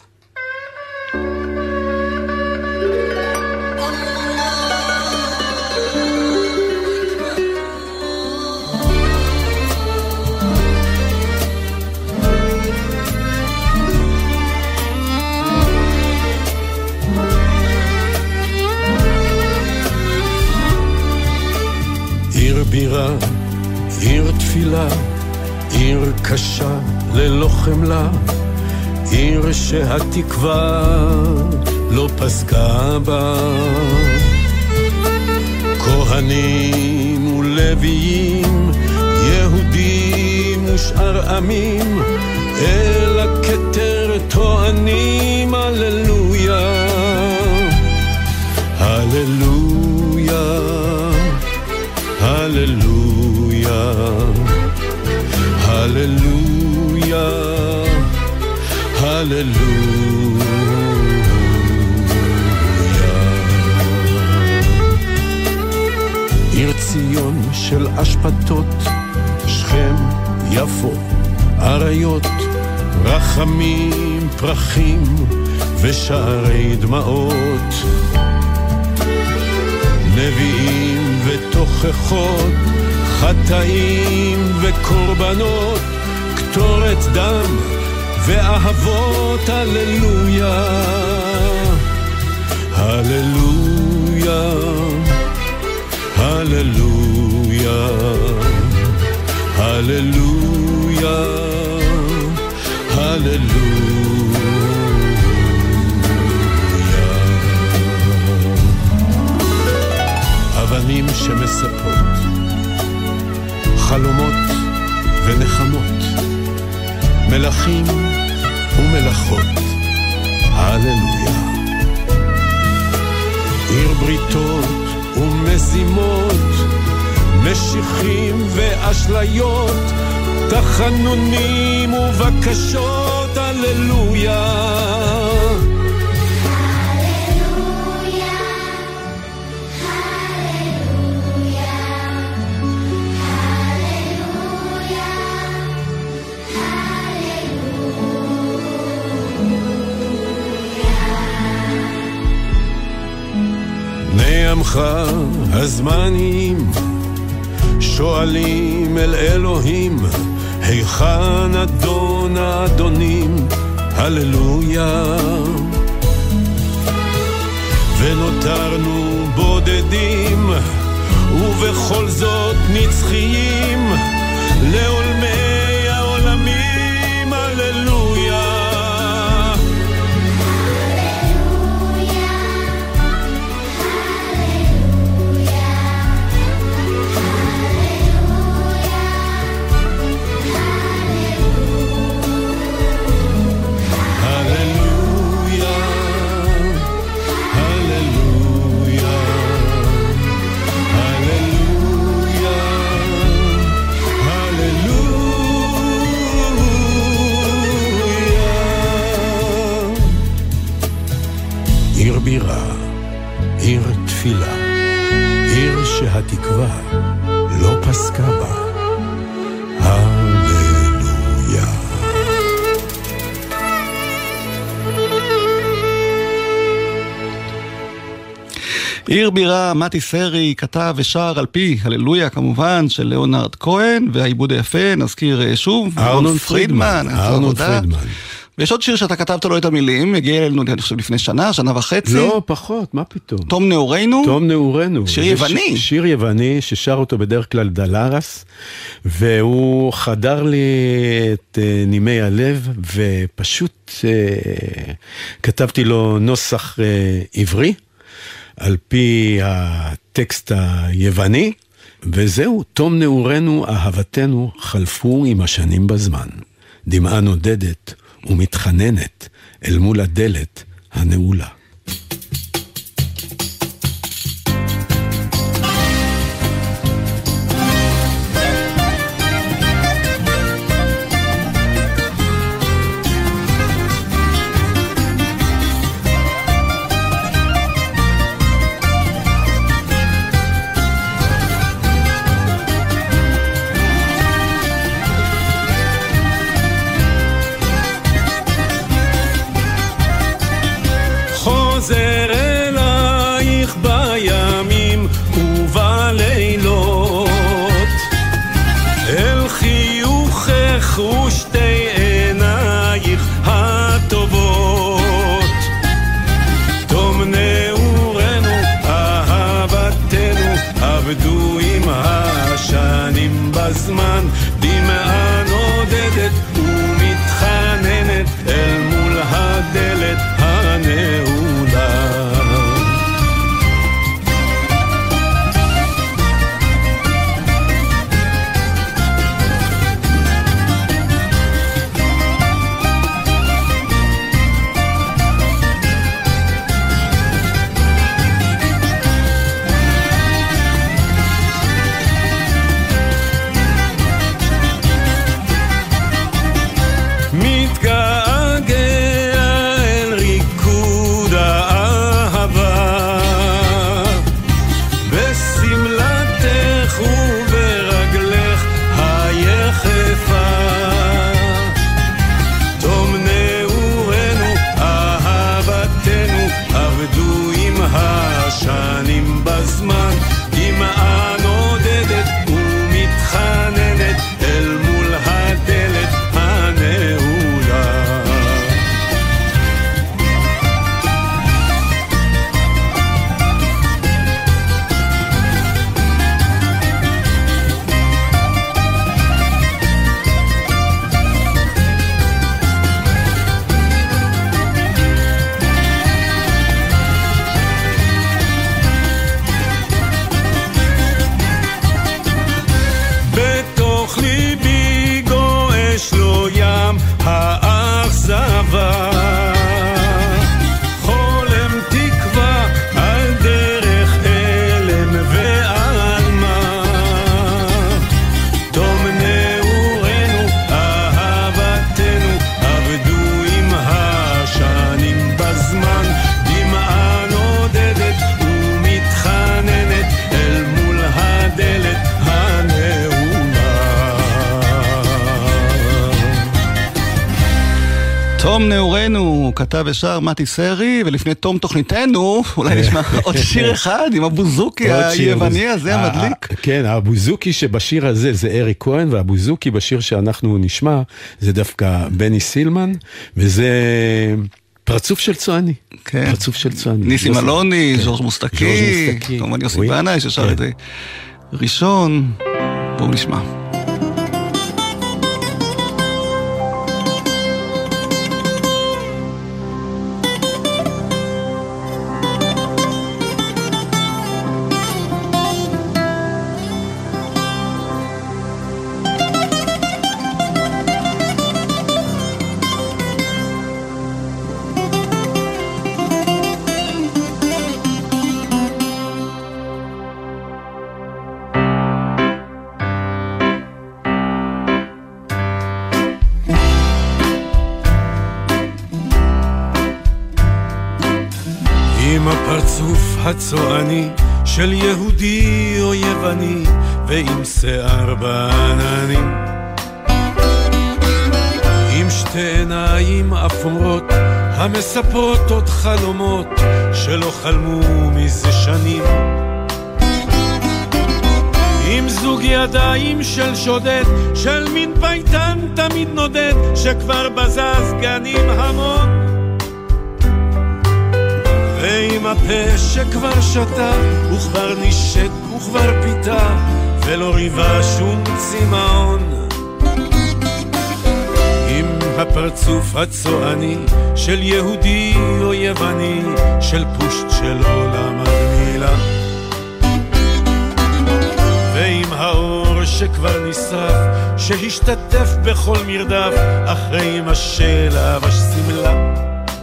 עיר בירה, עיר תפילה, עיר קשה ללא חמלה, עיר שהתקווה לא פסקה בה. כהנים ולוויים, יהודים ושאר עמים, אל הכתר טוענים הללויה, הללויה, הללויה, הללויה, הללויה. עיר ציון של אשפתות, שכם, יפו, עריות, רחמים, פרחים ושערי דמעות, נביאים ותוכחות, חטאים וקורבנות, קטורת דם ואהבות, הללויה, הללויה, הללויה, הללויה, הללויה. אבנים שמספרות, חלומות ונחמות, מלכים ומלאכות, הללויה, בריתות ומזימות, משיחים ואשליות, תחנונים ובקשות, הללויה. עמך הזמנים שואלים אל אלוהים, היכן אדון האדונים, הללויה. ונותרנו בודדים ובכל זאת נצחיים לעולמי העולמים, הללויה. עיר בירה, עיר תפילה, עיר שהתקווה לא פסקה בה. הללויה. עיר בירה, מתי סרי כתב ושר על פי הללויה כמובן של ליאונרד כהן, והעיבוד היפה נזכיר שוב ארנון פרידמן. ויש עוד שיר שאתה כתבת לו את המילים, הגיע אלינו אני חושב לפני שנה וחצי. לא, פחות, מה פתאום? תום נעורנו. תום נעורנו. שיר יווני. שיר יווני ששר אותו בדרך כלל דלרס, והוא חדר לי את נימי הלב, ופשוט כתבתי לו נוסח עברי, על פי הטקסט היווני, וזהו, תום נעורנו, אהבתנו חלפו עם השנים בזמן. דמעה נודדת ומתחננת אל מול הדלת הנעולה. חוזר אלייך בימים ובלילות, אל חיוכך ושתי עינייך הטובות. תום נעורנו, אהבתנו, עבדו עם השנים בזמן. דמעה נודדת ומתחננת אל מול הדלת הנעולה. תום נעורנו, כתב ושר מתי סרי, ולפני תום תוכניתנו, אולי נשמע עוד שיר אחד עם הבוזוקי היווני הזה המדליק. כן, הבוזוקי שבשיר הזה זה אריק כהן, והבוזוקי בשיר שאנחנו נשמע זה דווקא בני סילמן, וזה פרצוף של צועני. פרצוף של צועני. ניסים אלוני, ז'ורג' מוסטקי, כמובן יוסי בנאי ששר את זה ראשון. בואו נשמע. הצועני של יהודי או יווני ועם שיער בעננים, עם שתי עיניים אפורות המספרות עוד חלומות שלא חלמו מזה שנים, עם זוג ידיים של שודד, של מין פייטן תמיד נודד שכבר בזז גנים המון, ועם הפה שכבר שתה וכבר נשק וכבר פיתה ולא ריבה שום צמאון, עם הפרצוף הצועני של יהודי או יווני, של פושט שלא למד מילה, ועם האור שכבר נשרף שהשתתף בכל מרדף אחרי משלה ושסמלה,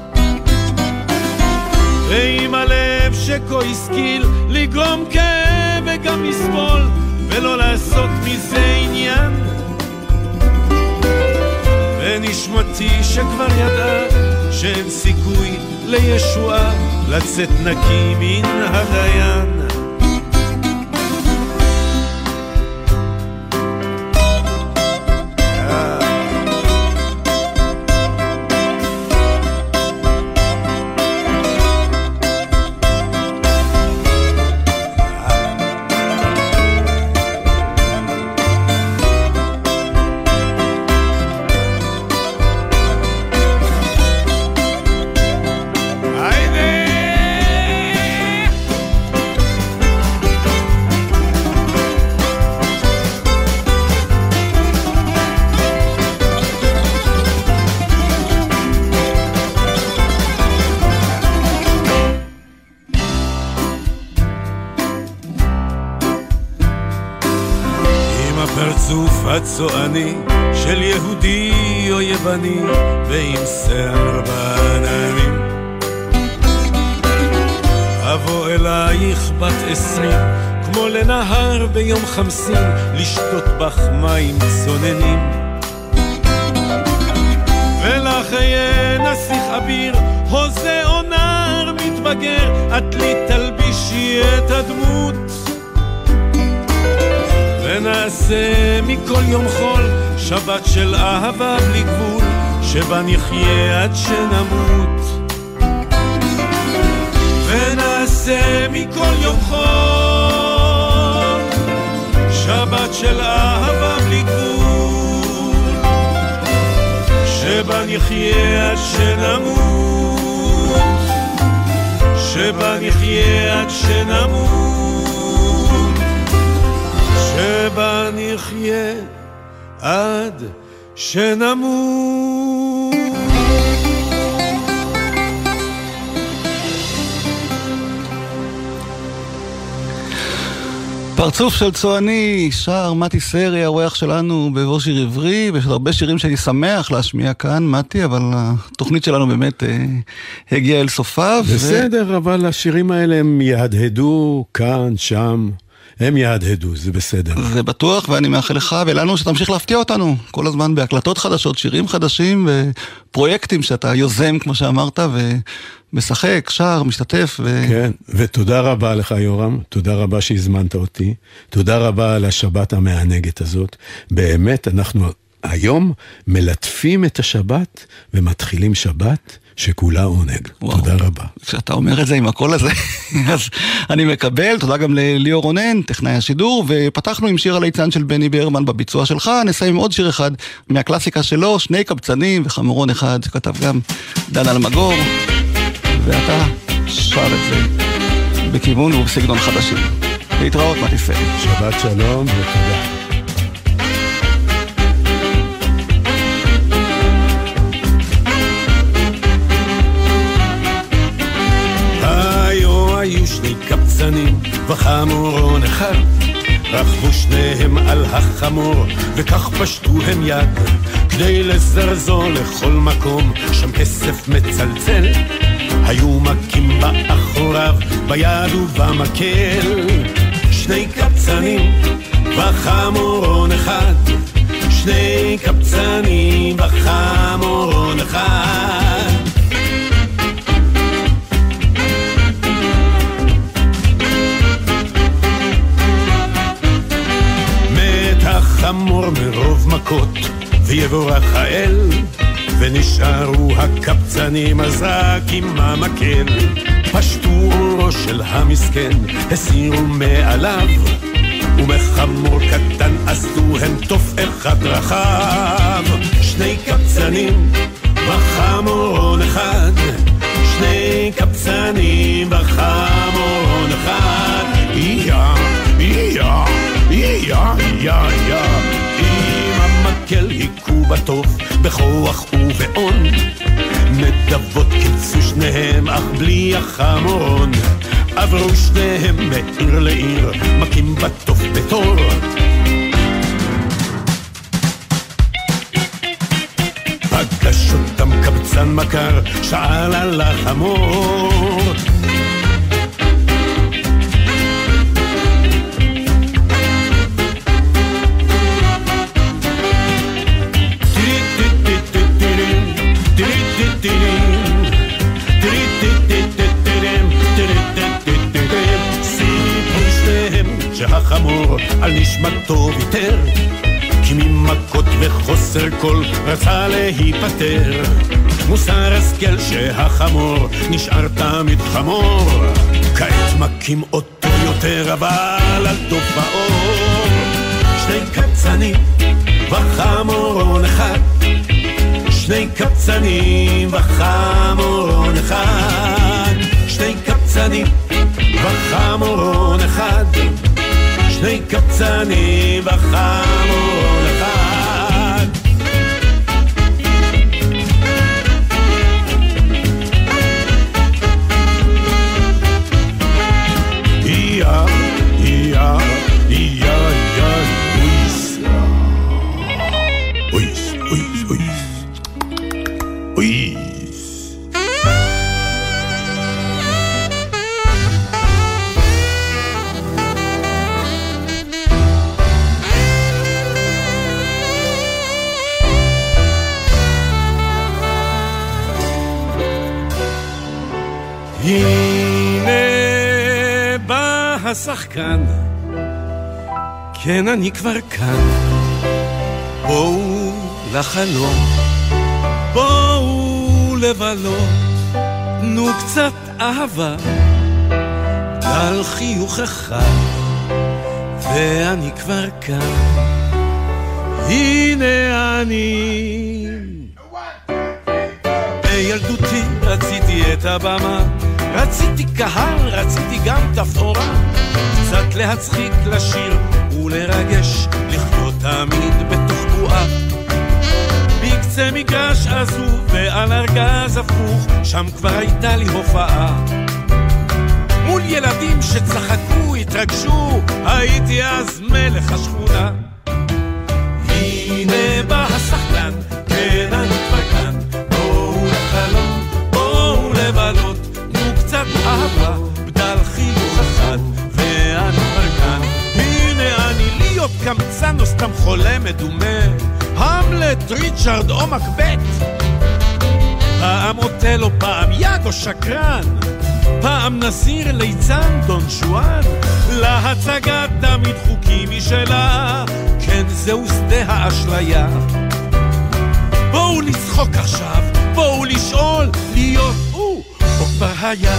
ועם הלב שכה השכיל לגרום כאב וגם לסבול ולא לעשות מזה עניין, ונשמתי שכבר ידעה שאין סיכוי לישועה לצאת נקי מן הדיין, הצועני של יהודי או יווני ועם שיער בעננים, אבוא אלייך בת 20 כמו לנהר ביום 50 לשתות בך מים צוננים, ולך יהיה נסיך אביר הוזה או נער מתבגר, את לי תלבישי את הדמות, ונעשה מכל יום חול שבת של אהבה בלי גבול, שבה נחיה עד שנמות, ונעשה מכל יום חול שבת של אהבה בלי גבול, שבה נחיה עד שנמות, שבה נחיה עד שנמות, שבה נחיה עד שנמות. פרצוף של צועני, שר מתי סרי, האורח שלנו בבוא שיר עברי, ויש הרבה שירים שאני שמח להשמיע כאן, מתי, אבל התוכנית שלנו באמת הגיעה אל סופה. בסדר, אבל השירים האלה הם יהדהדו כאן, שם. הם יהדהדו, זה בסדר. זה בטוח, ואני מאחל לך ולנו שתמשיך להפתיע אותנו כל הזמן בהקלטות חדשות, שירים חדשים ופרויקטים שאתה יוזם, כמו שאמרת, ומשחק, שר, משתתף. כן, ותודה רבה לך יורם, תודה רבה שהזמנת אותי, תודה רבה על השבת המענגת הזאת. באמת, אנחנו היום מלטפים את השבת ומתחילים שבת שכולה עונג. וואו. תודה רבה. כשאתה אומר את זה עם הקול הזה, אז אני מקבל. תודה גם לליאור רונן, טכנאי השידור, ופתחנו עם שיר הליצן של בני ברמן בביצוע שלך. נסיים עוד שיר אחד מהקלאסיקה שלו, שני קבצנים וחמורון אחד, שכתב גם דן אלמגור, ואתה שר את זה בכיוון ובסגנון חדשים. להתראות, מה תפעל. שבת שלום ותודה. היו שני קבצנים וחמורון אחד, רכבו שניהם על החמור וכך פשטו הם יד כדי לזרזו לכל מקום, שם כסף מצלצל, היו מכים באחוריו ביד ובמקל. שני קבצנים וחמורון אחד, שני קבצנים וחמורון אחד. חמור מרוב מכות ויבורך האל, ונשארו הקבצנים אז רק עם המקל. פשטו אורו של המסכן, הסירו מעליו, ומחמור קטן עשו הם תוף אחד רחב. שני קבצנים וחמורון אחד, שני קבצנים וחמורון אחד. עם המקל היכו בטוף בכוח ובעון, נדבות קלצו שניהם אך בלי החמורון, עברו שניהם מעיר לעיר מכים בטוף בתור. פגש אותם קבצן מכר, שאל על החמור, שהחמור על נשמתו ויתר, כי ממכות וחוסר כל רצה להיפטר. מוסר השכל שהחמור נשאר תמיד חמור, כעת מכים אותו יותר אבל על טוב באור. שני קבצנים וחמורון אחד, שני קבצנים וחמורון אחד, שני קבצנים וחמורון אחד, שני קבצנים וחמורון אחד. יא יא יא אויס אויס אויס אויס. הנה בא השחקן, כן אני כבר כאן, בואו לחלום, בואו לבלות, תנו קצת אהבה, על חיוך אחד, ואני כבר כאן, הנה אני. בילדותי רציתי את הבמה, רציתי קהל, רציתי גם תפאורה, קצת להצחיק, לשיר ולרגש, לחיות תמיד בתוך בועה. בקצה מגרש עזוב ועל ארגז הפוך, שם כבר הייתה לי הופעה, מול ילדים שצחקו, התרגשו, הייתי אז מלך השכונה. הנה בא השחקן, כן אני כבר כאן, בואו לחלום, בואו לבלות, קצת אהבה, בדל חיוך אחד, ואני כבר כאן. הנה אני להיות קמצן או סתם חולה מדומה, המלט, ריצ'רד או מקבט, פעם אוטלו, פעם יד או שקרן, פעם נזיר, ליצן, דון שואן. להצגה תמיד חוקי משלה, כן זהו שדה האשליה, צחוק עכשיו, בואו לשאול, להיות או כבר היה.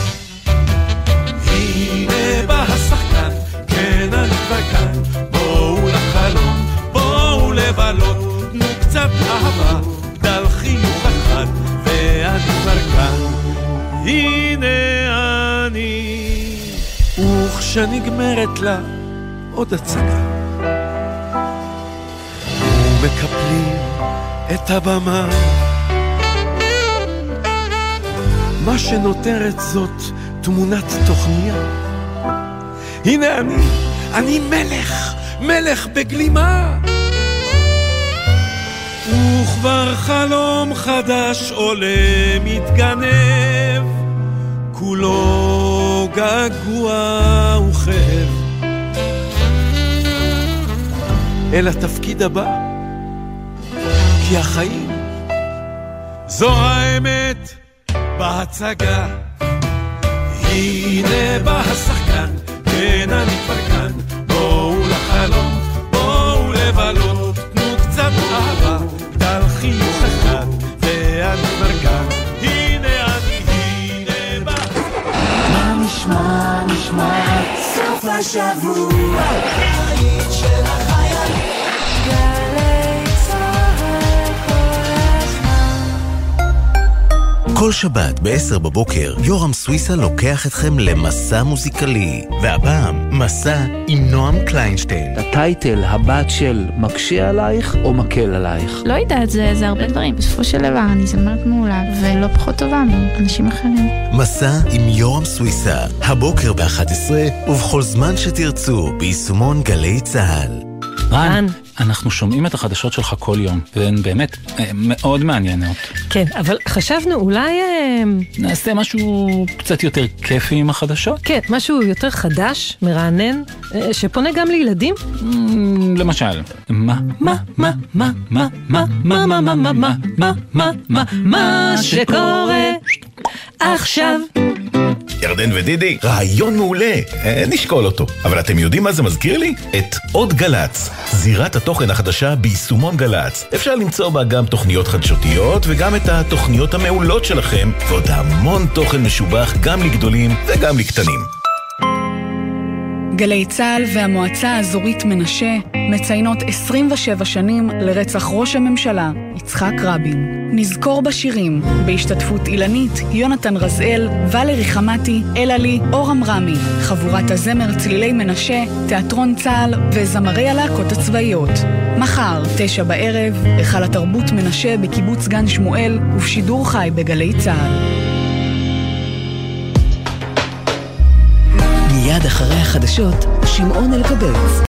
הנה בא השחקן, כן אני כבר כאן, בואו לחלום, בואו לבלות, תנו קצת אהבה, גדל חיוך אחד, ואני כבר כאן. הנה אני, וכשנגמרת לה עוד הצגה, ומקפלים את הבמה, מה שנותרת זאת תמונת תוכניה. הנה אני מלך, מלך בגלימה, וכבר חלום חדש עולה מתגנב, כולו געגוע וכאב אל התפקיד הבא, כי החיים זו האמת בהצגה. הנה בא השחקן, כן אני כבר כאן, בואו לחלום, בואו לבלות, תנו קצת אהבה, גדל חיוך אחד, ואני כבר כאן. הנה בא. מה נשמע סוף השבוע, היית של החיילים, גלי צהל כל הזמן. כל שבת ב-10 בבוקר יורם סוויסה לוקח אתכם למסע מוזיקלי, והפעם מסע עם נועם קליינשטיין. הטייטל, הבת של מקשה עלייך או מקל עלייך? לא יודעת, זה הרבה דברים. בסופו של דבר אני זמרת מעולה ולא פחות טובה מאנשים אחרים. מסע עם יורם סוויסה, הבוקר ב-11 ובכל זמן שתרצו ביישומון גלי צהל. רן, אנחנו שומעים את החדשות שלך כל יום, והן באמת מאוד מעניינות. כן, אבל חשבנו אולי נעשה משהו קצת יותר כיפי עם החדשות? כן, משהו יותר חדש, מרענן, שפונה גם לילדים? למשל, מה שקורה עכשיו. ירדן ודידי, רעיון מעולה, נשקול אותו. אבל אתם יודעים מה זה מזכיר לי? את עוד גלץ, זירת התוכן החדשה ביישומון גלץ. אפשר למצוא בה גם תוכניות חדשותיות וגם את התוכניות המעולות שלכם, ועוד המון תוכן משובח גם לגדולים וגם לקטנים. גלי צהל והמועצה האזורית מנשה מציינות 27 שנים לרצח ראש הממשלה יצחק רבין. נזכור בשירים בהשתתפות אילנית, יונתן רזאל, ולרי חמתי, אלעלי, אורם רמי, חבורת הזמר צלילי מנשה, תיאטרון צהל וזמרי הלהקות הצבאיות. מחר, 9 בערב, היכל התרבות מנשה בקיבוץ גן שמואל ובשידור חי בגלי צהל. מיד אחרי החדשות, שמעון אלקבץ.